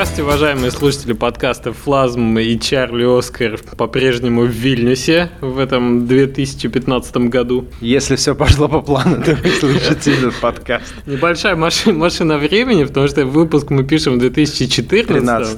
Здравствуйте, уважаемые слушатели подкаста «Флазм» и Чарли Оскар по-прежнему в Вильнюсе в этом 2015 году. Если все пошло по плану, то вы слышите этот подкаст. Небольшая машина времени, потому что выпуск мы пишем в 2014.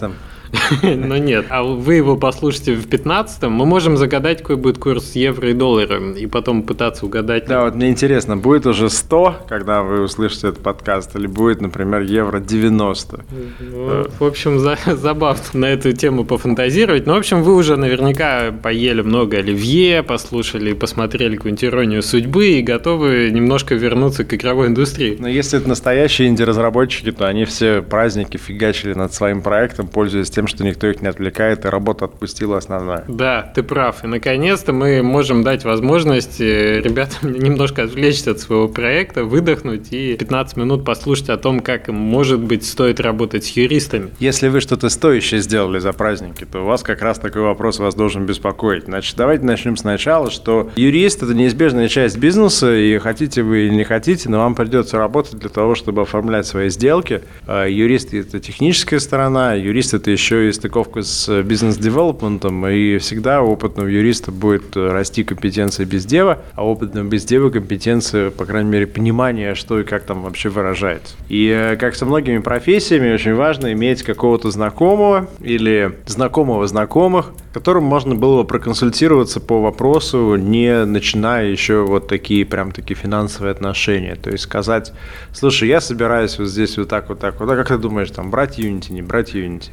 Но нет, а вы его послушаете в 15-м, мы можем загадать, какой будет курс евро и доллара, и потом пытаться угадать. Да, вот мне интересно, будет уже 100, когда вы услышите этот подкаст, или будет, например, евро 90? Ну, в общем, забавно на эту тему пофантазировать. Но, в общем, вы уже наверняка поели много оливье, послушали и посмотрели какую-нибудь иронию судьбы и готовы немножко вернуться к игровой индустрии. Но если это настоящие инди-разработчики, то они все праздники фигачили над своим проектом, пользуясь тем, что никто их не отвлекает, и работа отпустила основная. Да, ты прав. И наконец-то мы можем дать возможность ребятам немножко отвлечься от своего проекта, выдохнуть и 15 минут послушать о том, как, может быть, стоит работать с юристами. Если вы что-то стоящее сделали за праздники, то у вас как раз такой вопрос вас должен беспокоить. Значит, давайте начнем сначала, что юрист – это неизбежная часть бизнеса, и хотите вы или не хотите, но вам придется работать для того, чтобы оформлять свои сделки. Юрист – это техническая сторона, юрист – это еще и стыковка с бизнес-девелопментом, и всегда у опытного юриста будет расти компетенция бездева, а у опытного бездева компетенция, по крайней мере, понимание, что и как там вообще выражается. И как со многими профессиями, очень важно иметь какого-то знакомого или знакомого знакомых, которым можно было бы проконсультироваться по вопросу, не начиная еще вот такие прям такие финансовые отношения. То есть сказать: слушай, я собираюсь вот здесь вот так, а как ты думаешь, там брать Unity, не брать Unity?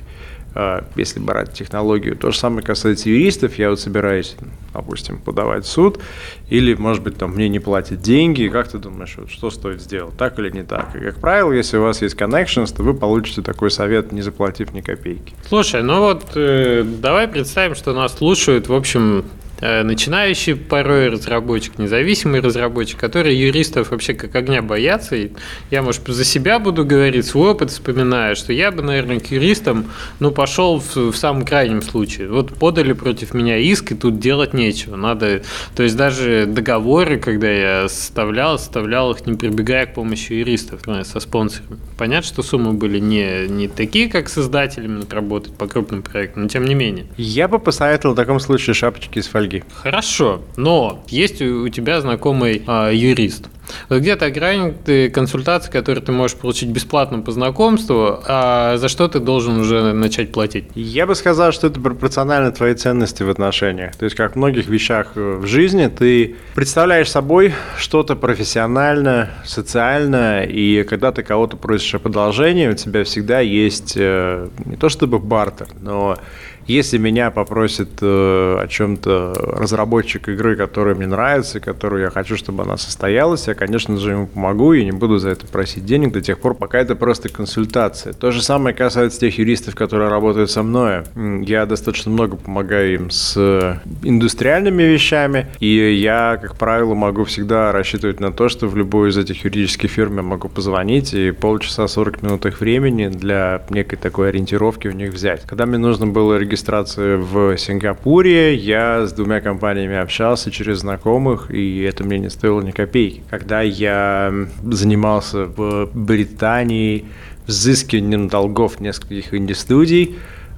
Если брать технологию. То же самое касается юристов. Я вот собираюсь, допустим, подавать в суд, или, может быть, там мне не платят деньги. Как ты думаешь, вот, что стоит сделать, так или не так? И, как правило, если у вас есть connections, то вы получите такой совет, не заплатив ни копейки. Слушай, ну вот давай представим, что нас слушают, в общем, начинающий порой разработчик, независимый разработчик, которые юристов вообще как огня боятся. И я, может, за себя буду говорить, свой опыт вспоминаю, что я бы, наверное, к юристам пошел в самом крайнем случае. Вот подали против меня иск, и тут делать нечего. Надо, то есть даже договоры, когда я составлял их, не прибегая к помощи юристов, со спонсорами. Понятно, что суммы были не такие, как с издателями работать по крупным проектам, но тем не менее. Я бы посоветовал в таком случае шапочки из фольги. Хорошо, но есть у тебя знакомый юрист. Вот где-то грань консультации, которую ты можешь получить бесплатно по знакомству, а за что ты должен уже начать платить? Я бы сказал, что это пропорционально твоей ценности в отношениях. То есть, как в многих вещах в жизни, ты представляешь собой что-то профессиональное, социальное, и когда ты кого-то просишь о продолжении, у тебя всегда есть не то чтобы бартер, но если меня попросит о чем-то разработчик игры, которая мне нравится, которую я хочу, чтобы она состоялась, я, конечно же, ему помогу и не буду за это просить денег до тех пор, пока это просто консультация. То же самое касается тех юристов, которые работают со мной. Я достаточно много помогаю им с индустриальными вещами, и я, как правило, могу всегда рассчитывать на то, что в любой из этих юридических фирм я могу позвонить и полчаса 40 минут их времени для некой такой ориентировки у них взять. Когда мне нужно было регистрация в Сингапуре, я с 2 компаниями общался через знакомых, и это мне не стоило ни копейки. Когда я занимался в Британии взыскиванием долгов нескольких инди-студий,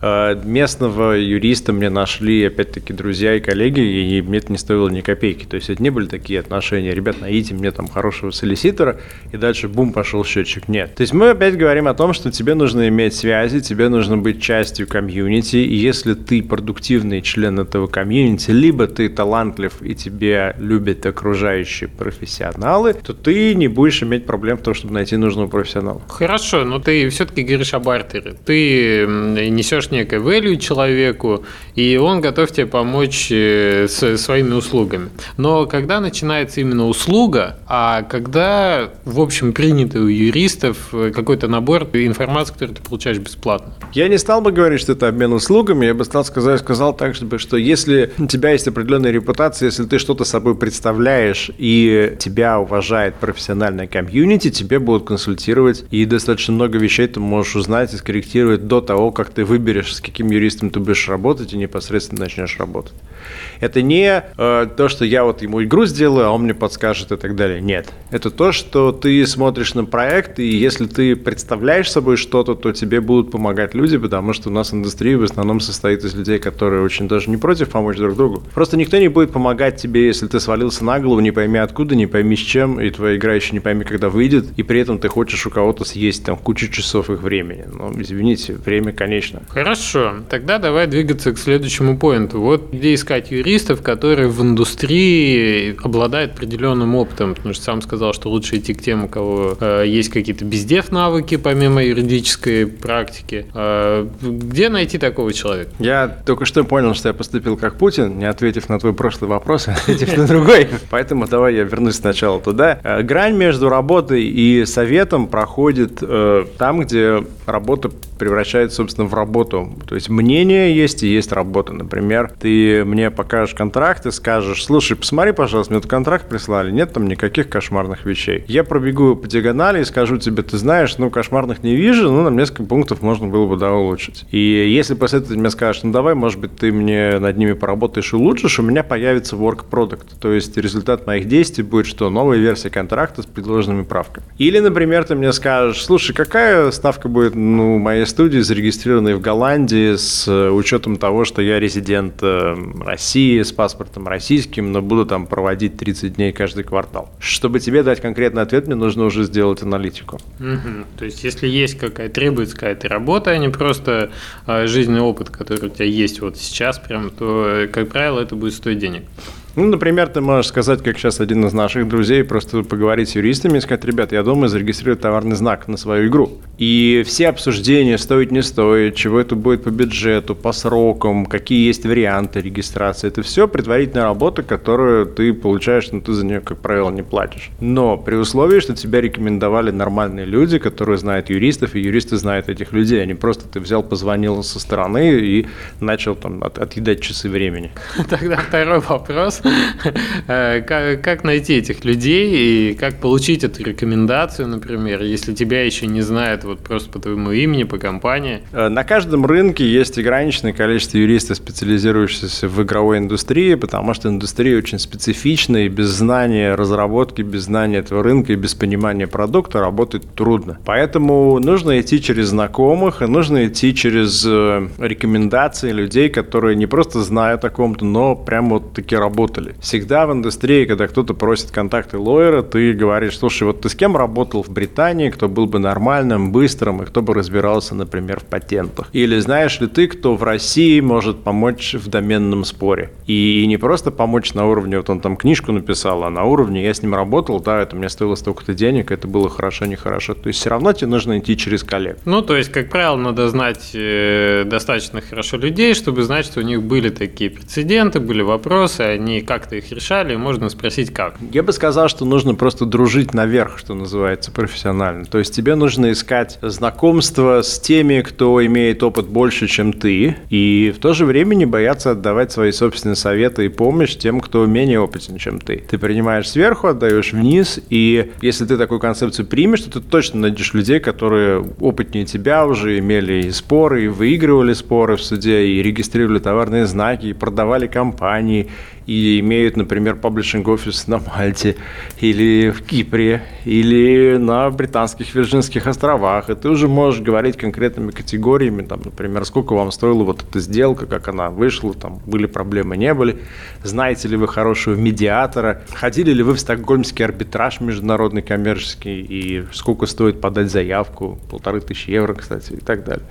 местного юриста мне нашли, опять-таки, друзья и коллеги, и мне это не стоило ни копейки. То есть это не были такие отношения: ребят, найдите мне там хорошего солиситора, и дальше бум, пошел счетчик. Нет. То есть мы опять говорим о том, что тебе нужно иметь связи, тебе нужно быть частью комьюнити, и если ты продуктивный член этого комьюнити, либо ты талантлив и тебя любят окружающие профессионалы, то ты не будешь иметь проблем в том, чтобы найти нужного профессионала. Хорошо, но ты все-таки говоришь о бартере. Ты несешь некое value человеку, и он готов тебе помочь своими услугами. Но когда начинается именно услуга, а когда, в общем, принято у юристов какой-то набор информации, которую ты получаешь бесплатно? Я не стал бы говорить, что это обмен услугами, я бы сказал так, что если у тебя есть определенная репутация, если ты что-то собой представляешь, и тебя уважает профессиональная комьюнити, тебе будут консультировать, и достаточно много вещей ты можешь узнать и скорректировать до того, как ты выберешь, с каким юристом ты будешь работать, и непосредственно начнешь работать. Это не то, что я вот ему игру сделаю, а он мне подскажет и так далее. Нет. Это то, что ты смотришь на проект, и если ты представляешь собой что-то, то тебе будут помогать люди, потому что у нас индустрия в основном состоит из людей, которые очень даже не против помочь друг другу. Просто никто не будет помогать тебе, если ты свалился на голову, не пойми откуда, не пойми с чем, и твоя игра еще не пойми, когда выйдет, и при этом ты хочешь у кого-то съесть там кучу часов их времени. Ну, извините, время конечно. Хорошо, тогда давай двигаться к следующему поинту. Вот где искать юристов, которые в индустрии обладают определенным опытом, потому что сам сказал, что лучше идти к тем, у кого есть какие-то бездев навыки, помимо юридической практики. Где найти такого человека? Я только что понял, что я поступил как Путин, не ответив на твой прошлый вопрос, а ответив на другой. Поэтому давай я вернусь сначала туда. Грань между работой и советом проходит там, где работа превращается, собственно, в работу. То есть мнение есть и есть работа. Например, ты мне покажешь контракт и скажешь: слушай, посмотри, пожалуйста, мне тут контракт прислали, нет там никаких кошмарных вещей. Я пробегу по диагонали и скажу тебе: ты знаешь, кошмарных не вижу, но на несколько пунктов можно было бы, да, улучшить. И если после этого ты мне скажешь: давай, может быть, ты мне над ними поработаешь и улучшишь, у меня появится work product. То есть результат моих действий будет что? Новая версия контракта с предложенными правками. Или, например, ты мне скажешь: слушай, какая ставка будет моей студии, зарегистрированной в Голландии, с учетом того, что я резидент России, с паспортом российским, но буду там проводить 30 дней каждый квартал. Чтобы тебе дать конкретный ответ, мне нужно уже сделать аналитику. То есть, если есть требуется какая-то работа, а не просто жизненный опыт, который у тебя есть вот сейчас прям, то, как правило, это будет стоить денег. Например, ты можешь сказать, как сейчас один из наших друзей, просто поговорить с юристами и сказать: ребят, я думаю зарегистрировать товарный знак на свою игру. И все обсуждения, стоит, не стоит, чего это будет по бюджету, по срокам, какие есть варианты регистрации, это все предварительная работа, которую ты получаешь, но ты за нее, как правило, не платишь. Но при условии, что тебя рекомендовали нормальные люди, которые знают юристов, и юристы знают этих людей, а не просто ты взял, позвонил со стороны и начал там отъедать часы времени. Тогда второй вопрос. Как найти этих людей и как получить эту рекомендацию, например, если тебя еще не знают вот просто по твоему имени, по компании? На каждом рынке есть ограниченное количество юристов, специализирующихся в игровой индустрии, потому что индустрия очень специфична, и без знания разработки, без знания этого рынка и без понимания продукта работать трудно. Поэтому нужно идти через знакомых, и нужно идти через рекомендации людей, которые не просто знают о ком-то, но прям вот таки работают. Всегда в индустрии, когда кто-то просит контакты лоера, ты говоришь: слушай, вот ты с кем работал в Британии, кто был бы нормальным, быстрым, и кто бы разбирался, например, в патентах? Или знаешь ли ты, кто в России может помочь в доменном споре? И не просто помочь на уровне, вот он там книжку написал, а на уровне я с ним работал, да, это мне стоило столько-то денег, это было хорошо, нехорошо. То есть все равно тебе нужно идти через коллег. То есть, как правило, надо знать достаточно хорошо людей, чтобы знать, что у них были такие прецеденты, были вопросы, они как-то их решали, и можно спросить, как. Я бы сказал, что нужно просто дружить наверх, что называется, профессионально. То есть тебе нужно искать знакомства с теми, кто имеет опыт больше, чем ты, и в то же время не бояться отдавать свои собственные советы и помощь тем, кто менее опытен, чем ты. Ты принимаешь сверху, отдаешь вниз, и если ты такую концепцию примешь, то ты точно найдешь людей, которые опытнее тебя уже имели и споры, и выигрывали споры в суде, и регистрировали товарные знаки, и продавали компании, и имеют, например, паблишинг-офис на Мальте, или в Кипре, или на Британских Вирджинских островах, и ты уже можешь говорить конкретными категориями, там, например, сколько вам стоила вот эта сделка, как она вышла, там, были проблемы, не были, знаете ли вы хорошего медиатора, ходили ли вы в стокгольмский арбитраж международный коммерческий, и сколько стоит подать заявку, 1500 евро, кстати, и так далее.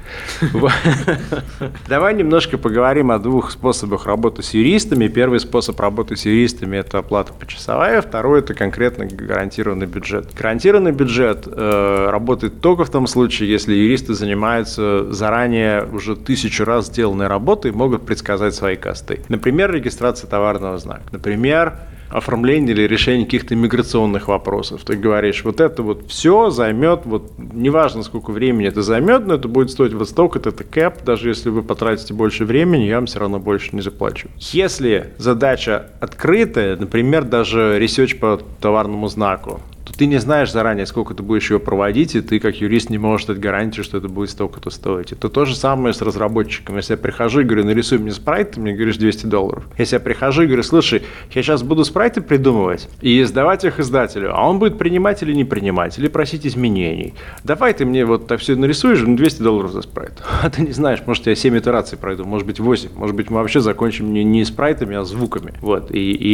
Давай немножко поговорим о двух способах работы с юристами. Первый способ работы с юристами – это оплата почасовая, второй – это конкретно гарантированный бюджет. Гарантированный бюджет работает только в том случае, если юристы занимаются заранее уже 1000 раз сделанной работой и могут предсказать свои косты. Например, регистрация товарного знака. Например, оформление или решение каких-то миграционных вопросов. Ты говоришь: вот это вот все займет, вот неважно, сколько времени это займет, но это будет стоить вот столько-то, это кэп, даже если вы потратите больше времени, я вам все равно больше не заплачу. Если задача открытая, например, даже ресерч по товарному знаку, то ты не знаешь заранее, сколько ты будешь его проводить, и ты как юрист не можешь дать гарантию, что это будет столько-то стоить. Это то же самое с разработчиком. Если я прихожу и говорю, нарисуй мне спрайт, ты мне говоришь $200. Если я прихожу и говорю, слушай, я сейчас буду спрайты придумывать и сдавать их издателю, а он будет принимать или не принимать, или просить изменений. Давай ты мне вот так все нарисуешь, $200 за спрайт. А ты не знаешь, может, я 7 итераций пройду, может быть, 8, может быть, мы вообще закончим не спрайтами, а звуками. Вот.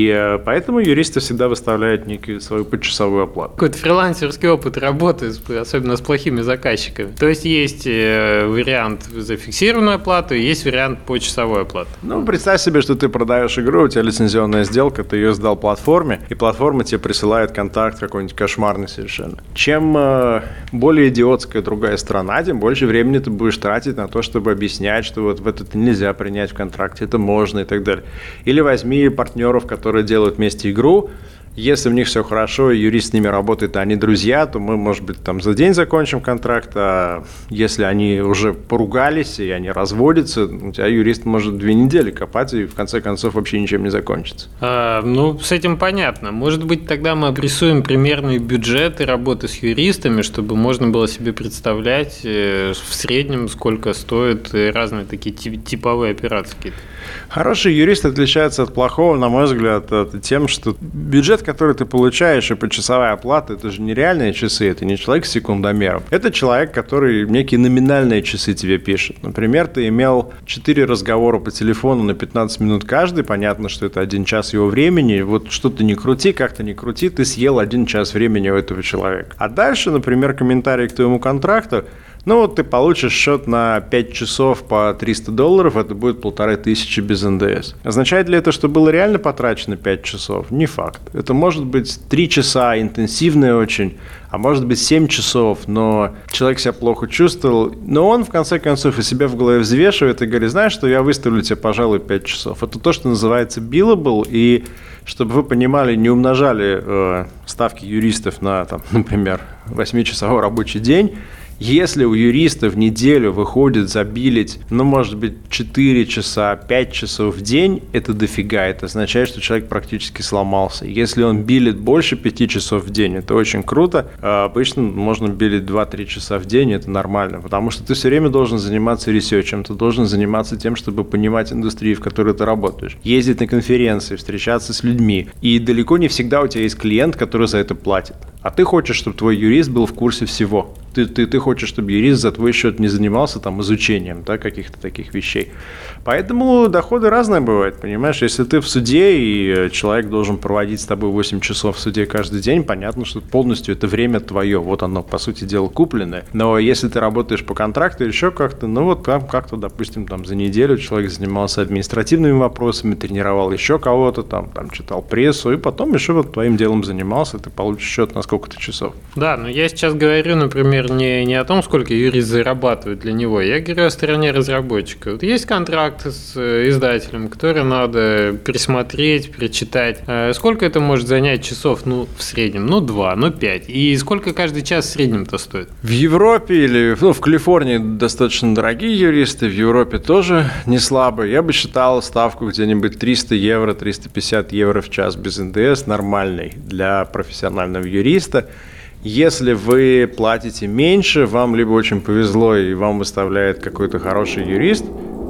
И поэтому юристы всегда выставляют некую свою почасовую оплату. Какой-то фрилансерский опыт работы, особенно с плохими заказчиками. То есть есть вариант за фиксированную оплату, и есть вариант по часовой оплате. Ну, представь себе, что ты продаешь игру, у тебя лицензионная сделка, ты ее сдал платформе, и платформа тебе присылает контракт какой-нибудь кошмарный совершенно. Чем более идиотская другая страна, тем больше времени ты будешь тратить на то, чтобы объяснять, что вот в это нельзя принять в контракте, это можно и так далее. Или возьми партнеров, которые делают вместе игру. Если у них все хорошо, и юрист с ними работает, а они друзья, то мы, может быть, там за день закончим контракт, а если они уже поругались и они разводятся, у тебя юрист может 2 недели копать, и в конце концов вообще ничем не закончится. Ну, с этим понятно. Может быть, тогда мы обрисуем примерные бюджеты работы с юристами, чтобы можно было себе представлять в среднем, сколько стоят разные такие типовые операции какие-то. Хороший юрист отличается от плохого, на мой взгляд, тем, что бюджет, который ты получаешь, и почасовая оплата, это же не реальные часы, это не человек с секундомером. Это человек, который некие номинальные часы тебе пишет. Например, ты имел 4 разговора по телефону на 15 минут каждый, понятно, что это 1 час его времени, вот что-то не крути, как-то не крути, ты съел 1 час времени у этого человека. А дальше, например, комментарий к твоему контракту, ну вот ты получишь счет на 5 часов по $300, это будет 1500 без НДС. Означает ли это, что было реально потрачено 5 часов? Не факт. Это может быть 3 часа, интенсивные очень, а может быть 7 часов, но человек себя плохо чувствовал, но он в конце концов и себя в голове взвешивает и говорит, знаешь что, я выставлю тебе, пожалуй, 5 часов. Это то, что называется billable, и чтобы вы понимали, не умножали ставки юристов на, там, например, 8-часовой рабочий день. Если у юриста в неделю выходит забилить, ну, может быть, 4 часа, 5 часов в день, это дофига. Это означает, что человек практически сломался. Если он билит больше 5 часов в день, это очень круто. Обычно можно билить 2-3 часа в день, это нормально. Потому что ты все время должен заниматься ресерчем, ты должен заниматься тем, чтобы понимать индустрию, в которой ты работаешь. Ездить на конференции, встречаться с людьми. И далеко не всегда у тебя есть клиент, который за это платит. А ты хочешь, чтобы твой юрист был в курсе всего. Ты хочешь, чтобы юрист за твой счет не занимался там изучением, да, каких-то таких вещей. Поэтому доходы разные бывают, понимаешь? Если ты в суде, и человек должен проводить с тобой 8 часов в суде каждый день, понятно, что полностью это время твое. Вот оно, по сути дела, купленное. Но если ты работаешь по контракту или еще как-то, ну вот как-то, допустим, там за неделю человек занимался административными вопросами, тренировал еще кого-то, там читал прессу, и потом еще вот твоим делом занимался, ты получишь счет на сколько-то часов. Да, но я сейчас говорю, например, не о том, сколько юрист зарабатывает для него, я говорю о стороне разработчика. Вот есть контракт с издателем, который надо пересмотреть, перечитать. Сколько это может занять часов, ну, в среднем? Ну, 2, ну, 5. И сколько каждый час в среднем-то стоит? В Европе или в Калифорнии достаточно дорогие юристы, в Европе тоже не слабые. Я бы считал ставку где-нибудь 300 евро, 350 евро в час без НДС нормальной для профессионального юриста. Если вы платите меньше, вам либо очень повезло и вам выставляет какой-то хороший юрист.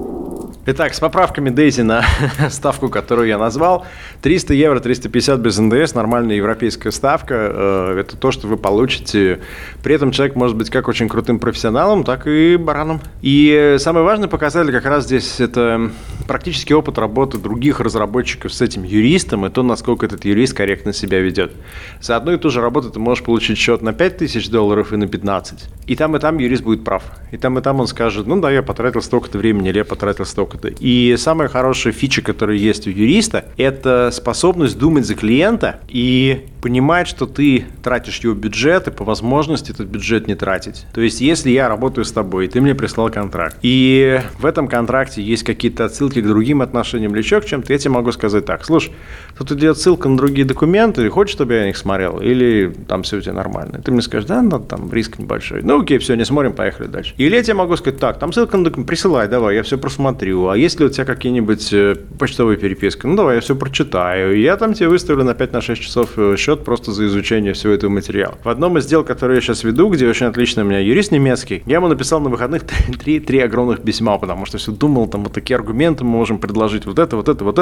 Итак, с поправками Дейзи на ставку, которую я назвал, 300 евро, 350 без НДС, нормальная европейская ставка, это то, что вы получите. При этом человек может быть как очень крутым профессионалом, так и бараном. И самый важный показатель как раз здесь это практический опыт работы других разработчиков с этим юристом и то, насколько этот юрист корректно себя ведет. За одну и ту же работу ты можешь получить счет на $5000 и на 15. И там юрист будет прав. И там он скажет, ну да, я потратил столько-то времени, или я потратил столько-то. И самая хорошая фича, которая есть у юриста, это способность думать за клиента и понимать, что ты тратишь его бюджет, и по возможности этот бюджет не тратить. То есть, если я работаю с тобой, и ты мне прислал контракт, и в этом контракте есть какие-то отсылки к другим отношениям или еще к чем-то, я тебе могу сказать так, слушай, тут идет ссылка на другие документы, хочешь, чтобы я на них смотрел, или там все у тебя нормально? Ты мне скажешь, да, ну, там риск небольшой. Ну, окей, все, не смотрим, поехали дальше. Или я тебе могу сказать, так, там ссылка на документы, присылай, давай, я все просмотрю. А есть ли у тебя какие-нибудь почтовые переписки? Ну, давай, я все прочитаю. Я там тебе выставлю на 5-6 часов счет счет просто за изучение всего этого материала. В одном из дел, которые я сейчас веду, где очень отлично у меня юрист немецкий, я ему написал на выходных три огромных письма, потому что все думал, там вот такие аргументы мы можем предложить, вот это.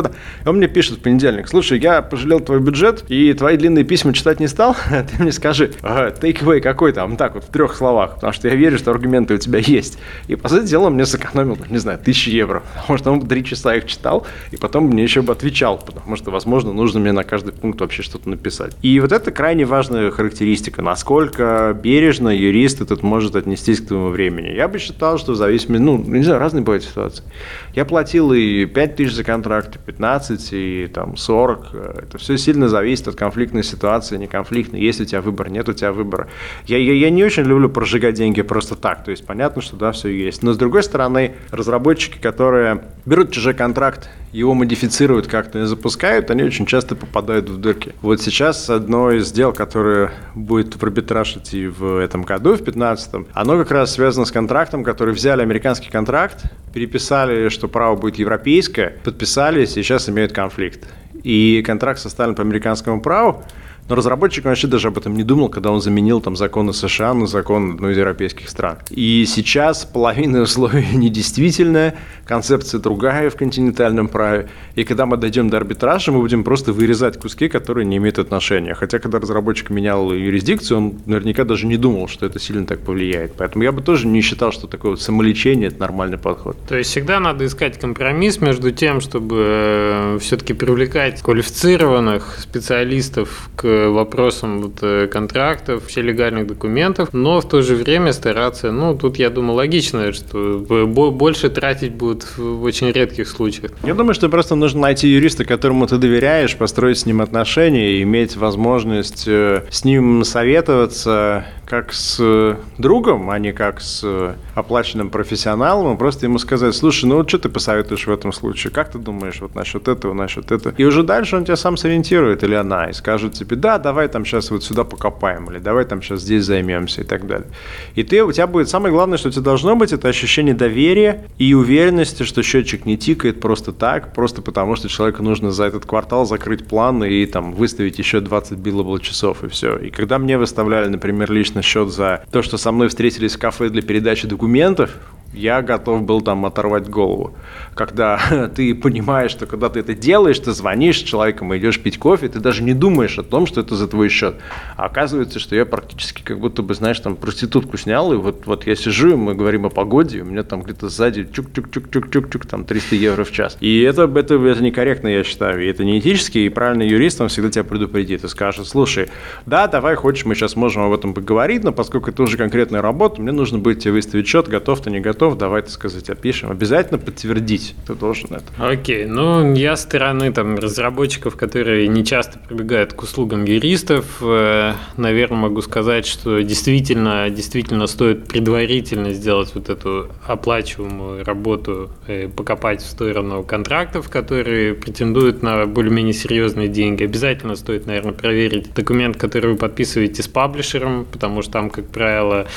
И он мне пишет в понедельник: слушай, я пожалел твой бюджет и твои длинные письма читать не стал, ты мне скажи, take away какой там, так вот, в 3 словах, потому что я верю, что аргументы у тебя есть. И, по сути дела, он мне сэкономил, не знаю, 1000 евро, потому что он 3 часа их читал, и потом мне еще бы отвечал, потому что, возможно, нужно мне на каждый пункт вообще что-то написать. И вот это крайне важная характеристика, насколько бережно юрист этот может отнестись к твоему времени. Я бы считал, что в зависимости, не знаю, разные бывают ситуации. Я платил и 5000 за контракт, и 15, и там 40. Это все сильно зависит от конфликтной ситуации, не конфликтной. Есть у тебя выбор, нет у тебя выбора. Я не очень люблю прожигать деньги просто так. То есть понятно, что да, все есть. Но с другой стороны, разработчики, которые берут чужой контракт, его модифицируют как-то и запускают, они очень часто попадают в дырки. Вот сейчас одно из дел, которое будет в арбитраж идти в этом году, в 2015, оно как раз связано с контрактом, который взяли американский контракт, переписали, что право будет европейское, подписали, сейчас имеют конфликт. И контракт составлен по американскому праву, но разработчик вообще даже об этом не думал, когда он заменил там законы США на закон одной из европейских стран. И сейчас половина условий недействительная, концепция другая в континентальном праве. И когда мы дойдем до арбитража, мы будем просто вырезать куски, которые не имеют отношения. Хотя, когда разработчик менял юрисдикцию, он наверняка даже не думал, что это сильно так повлияет. Поэтому я бы тоже не считал, что такое вот самолечение – это нормальный подход. То есть всегда надо искать компромисс между тем, чтобы все-таки привлекать квалифицированных специалистов к вопросам контрактов, вообще легальных документов, но в то же время стараться, тут, я думаю, логично, что больше тратить будут в очень редких случаях. Я думаю, что просто нужно найти юриста, которому ты доверяешь, построить с ним отношения и иметь возможность с ним советоваться как с другом, а не как с оплаченным профессионалом, и просто ему сказать: слушай, что ты посоветуешь в этом случае, как ты думаешь вот насчет этого. И уже дальше он тебя сам сориентирует, или она, и скажет тебе: да, давай там сейчас вот сюда покопаем, или давай там сейчас здесь займемся, и так далее. И у тебя будет самое главное, что у тебя должно быть, это ощущение доверия и уверенности, что счетчик не тикает просто так, просто потому что человеку нужно за этот квартал закрыть план и там выставить еще 20 billable часов, и все. И когда мне выставляли, например, лично счет за то, что со мной встретились в кафе для передачи документов, я готов был там оторвать голову. Когда ты понимаешь, что когда ты это делаешь, ты звонишь человеком и идешь пить кофе, ты даже не думаешь о том, что это за твой счет. А оказывается, что я практически как будто бы, знаешь, там проститутку снял, и вот я сижу, и мы говорим о погоде, и у меня там где-то сзади чук-чук-чук-чук-чук, там 300 евро в час. И это некорректно, я считаю, и это не этически, и правильный юрист, он всегда тебя предупредит и скажет: слушай, да, давай, хочешь, мы сейчас можем об этом поговорить, но поскольку это уже конкретная работа, мне нужно будет тебе выставить счет, готов ты, не готов, давай, так сказать, опишем. Обязательно подтвердить, ты должен это. Окей, я с стороны разработчиков, которые не часто прибегают к услугам юристов, наверное, могу сказать, что действительно стоит предварительно сделать вот эту оплачиваемую работу, покопать в сторону контрактов, которые претендуют на более-менее серьезные деньги. Обязательно стоит, наверное, проверить документ, который вы подписываете с паблишером, потому что там, как правило,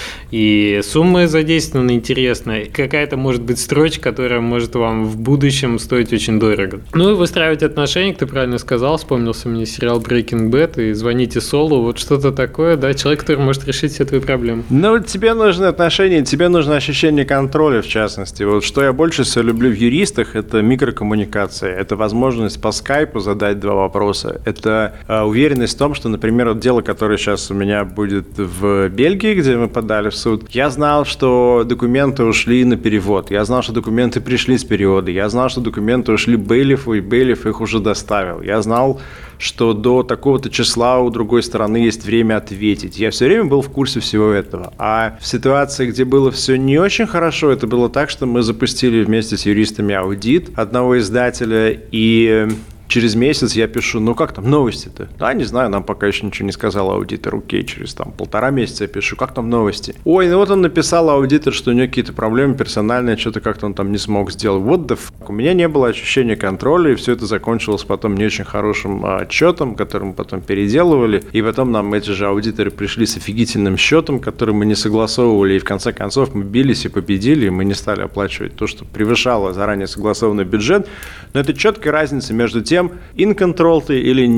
и суммы задействованы интересно, какая-то может быть строчка, которая может вам в будущем стоить очень дорого. И выстраивать отношения, как ты правильно сказал, вспомнился мне сериал Breaking Bad и «Звоните Солу», вот что-то такое, да, человек, который может решить все твои проблемы. Тебе нужны отношения, тебе нужно ощущение контроля, в частности. Вот что я больше всего люблю в юристах, это микрокоммуникация, это возможность по скайпу задать 2 вопроса, это уверенность в том, что, например, вот дело, которое сейчас у меня будет в Бельгии, где мы подали в суд, я знал, что документы ушли на перевод. Я знал, что документы пришли с перевода. Я знал, что документы ушли бейлифу, и бейлиф их уже доставил. Я знал, что до такого-то числа у другой стороны есть время ответить. Я все время был в курсе всего этого. А в ситуации, где было все не очень хорошо, это было так, что мы запустили вместе с юристами аудит одного издателя, и через месяц я пишу: как там новости-то? Да, не знаю, нам пока еще ничего не сказал аудитор. Окей, через 1,5 месяца я пишу: как там новости? Ой, вот он написал, аудитор, что у него какие-то проблемы персональные, что-то как-то он там не смог сделать. What the fuck? У меня не было ощущения контроля, и все это закончилось потом не очень хорошим отчетом, который мы потом переделывали, и потом нам эти же аудиторы пришли с офигительным счетом, который мы не согласовывали, и в конце концов мы бились и победили, и мы не стали оплачивать то, что превышало заранее согласованный бюджет. Но это четкая разница между тем, in control ты или нет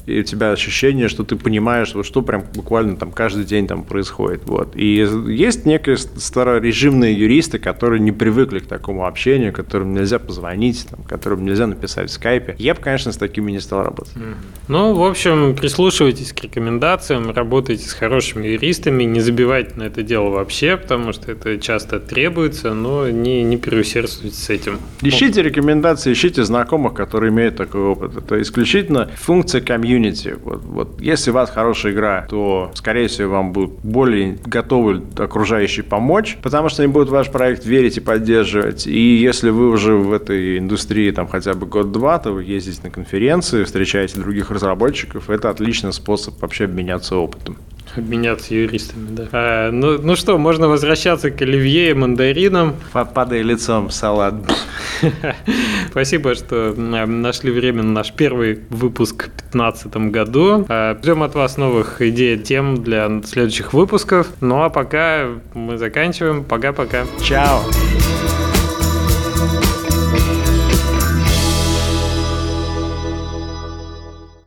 и у тебя ощущение, что ты понимаешь, вот, что прям буквально там каждый день там происходит. Вот. И есть некие старорежимные юристы, которые не привыкли к такому общению, которым нельзя позвонить, там, которым нельзя написать в скайпе. Я бы, конечно, с такими не стал работать. Ну, в общем, прислушивайтесь к рекомендациям, работайте с хорошими юристами, не забивайте на это дело вообще, потому что это часто требуется, но не переусердствуйте с этим. Ищите рекомендации, ищите знакомых, которые имеют такой опыт. Это исключительно функция комьюнити. Вот. Если у вас хорошая игра, то, скорее всего, вам будут более готовы окружающие помочь, потому что они будут в ваш проект верить и поддерживать. И если вы уже в этой индустрии там хотя бы год-два, то вы ездите на конференции, встречаете других разработчиков. Это отличный способ вообще обменяться опытом. Обменяться юристами, да. Ну что, можно возвращаться к оливье и мандаринам. Падай лицом в салат. Спасибо, что нашли время на наш первый выпуск в 2015 году. Ждем от вас новых идей, тем для следующих выпусков. Ну а пока мы заканчиваем. Пока-пока. Чао.